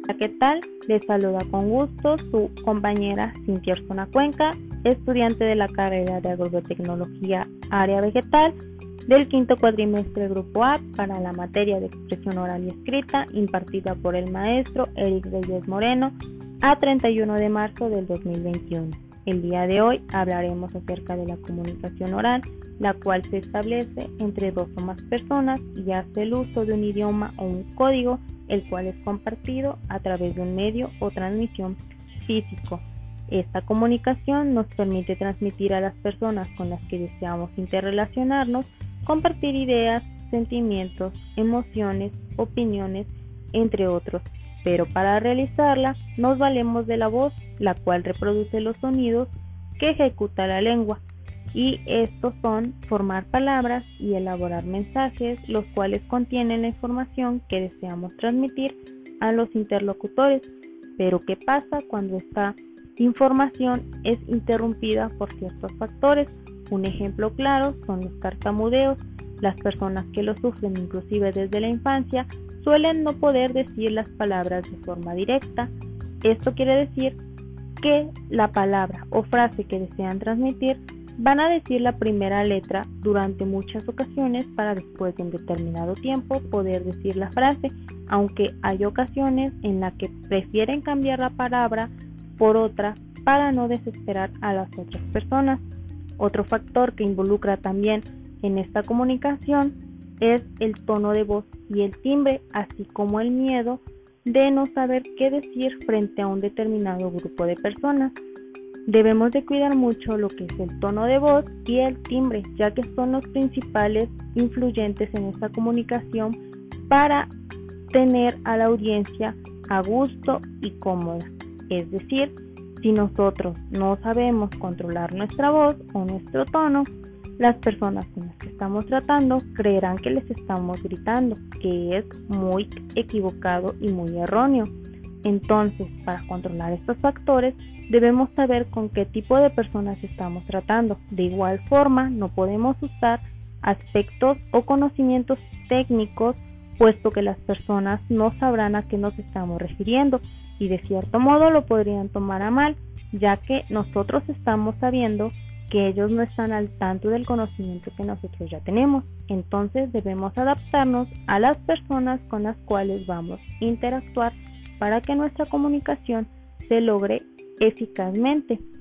¿Qué tal? Les saluda con gusto su compañera Cintia Orsona Cuenca, estudiante de la carrera de Agrobiotecnología Área Vegetal del quinto cuatrimestre Grupo A para la materia de expresión oral y escrita impartida por el maestro Eric Reyes Moreno a 31 de marzo del 2021. El día de hoy hablaremos acerca de la comunicación oral, la cual se establece entre dos o más personas y hace el uso de un idioma o un código, el cual es compartido a través de un medio o transmisión físico. Esta comunicación nos permite transmitir a las personas con las que deseamos interrelacionarnos, compartir ideas, sentimientos, emociones, opiniones, entre otros. Pero para realizarla nos valemos de la voz, la cual reproduce los sonidos que ejecuta la lengua. Y estos son formar palabras y elaborar mensajes, los cuales contienen la información que deseamos transmitir a los interlocutores. Pero ¿qué pasa cuando esta información es interrumpida por ciertos factores? Un ejemplo claro son los tartamudeos. Las personas que lo sufren inclusive desde la infancia suelen no poder decir las palabras de forma directa. Esto quiere decir que la palabra o frase que desean transmitir van a decir la primera letra durante muchas ocasiones para después de un determinado tiempo poder decir la frase, aunque hay ocasiones en las que prefieren cambiar la palabra por otra para no desesperar a las otras personas. Otro factor que involucra también en esta comunicación es el tono de voz y el timbre, así como el miedo de no saber qué decir frente a un determinado grupo de personas. Debemos de cuidar mucho lo que es el tono de voz y el timbre, ya que son los principales influyentes en esta comunicación para tener a la audiencia a gusto y cómoda. Es decir, si nosotros no sabemos controlar nuestra voz o nuestro tono, las personas con las que estamos tratando creerán que les estamos gritando, que es muy equivocado y muy erróneo. Entonces, para controlar estos factores, debemos saber con qué tipo de personas estamos tratando. De igual forma, no podemos usar aspectos o conocimientos técnicos, puesto que las personas no sabrán a qué nos estamos refiriendo y de cierto modo lo podrían tomar a mal, ya que nosotros estamos sabiendo que ellos no están al tanto del conocimiento que nosotros ya tenemos. Entonces debemos adaptarnos a las personas con las cuales vamos a interactuar para que nuestra comunicación se logre eficazmente.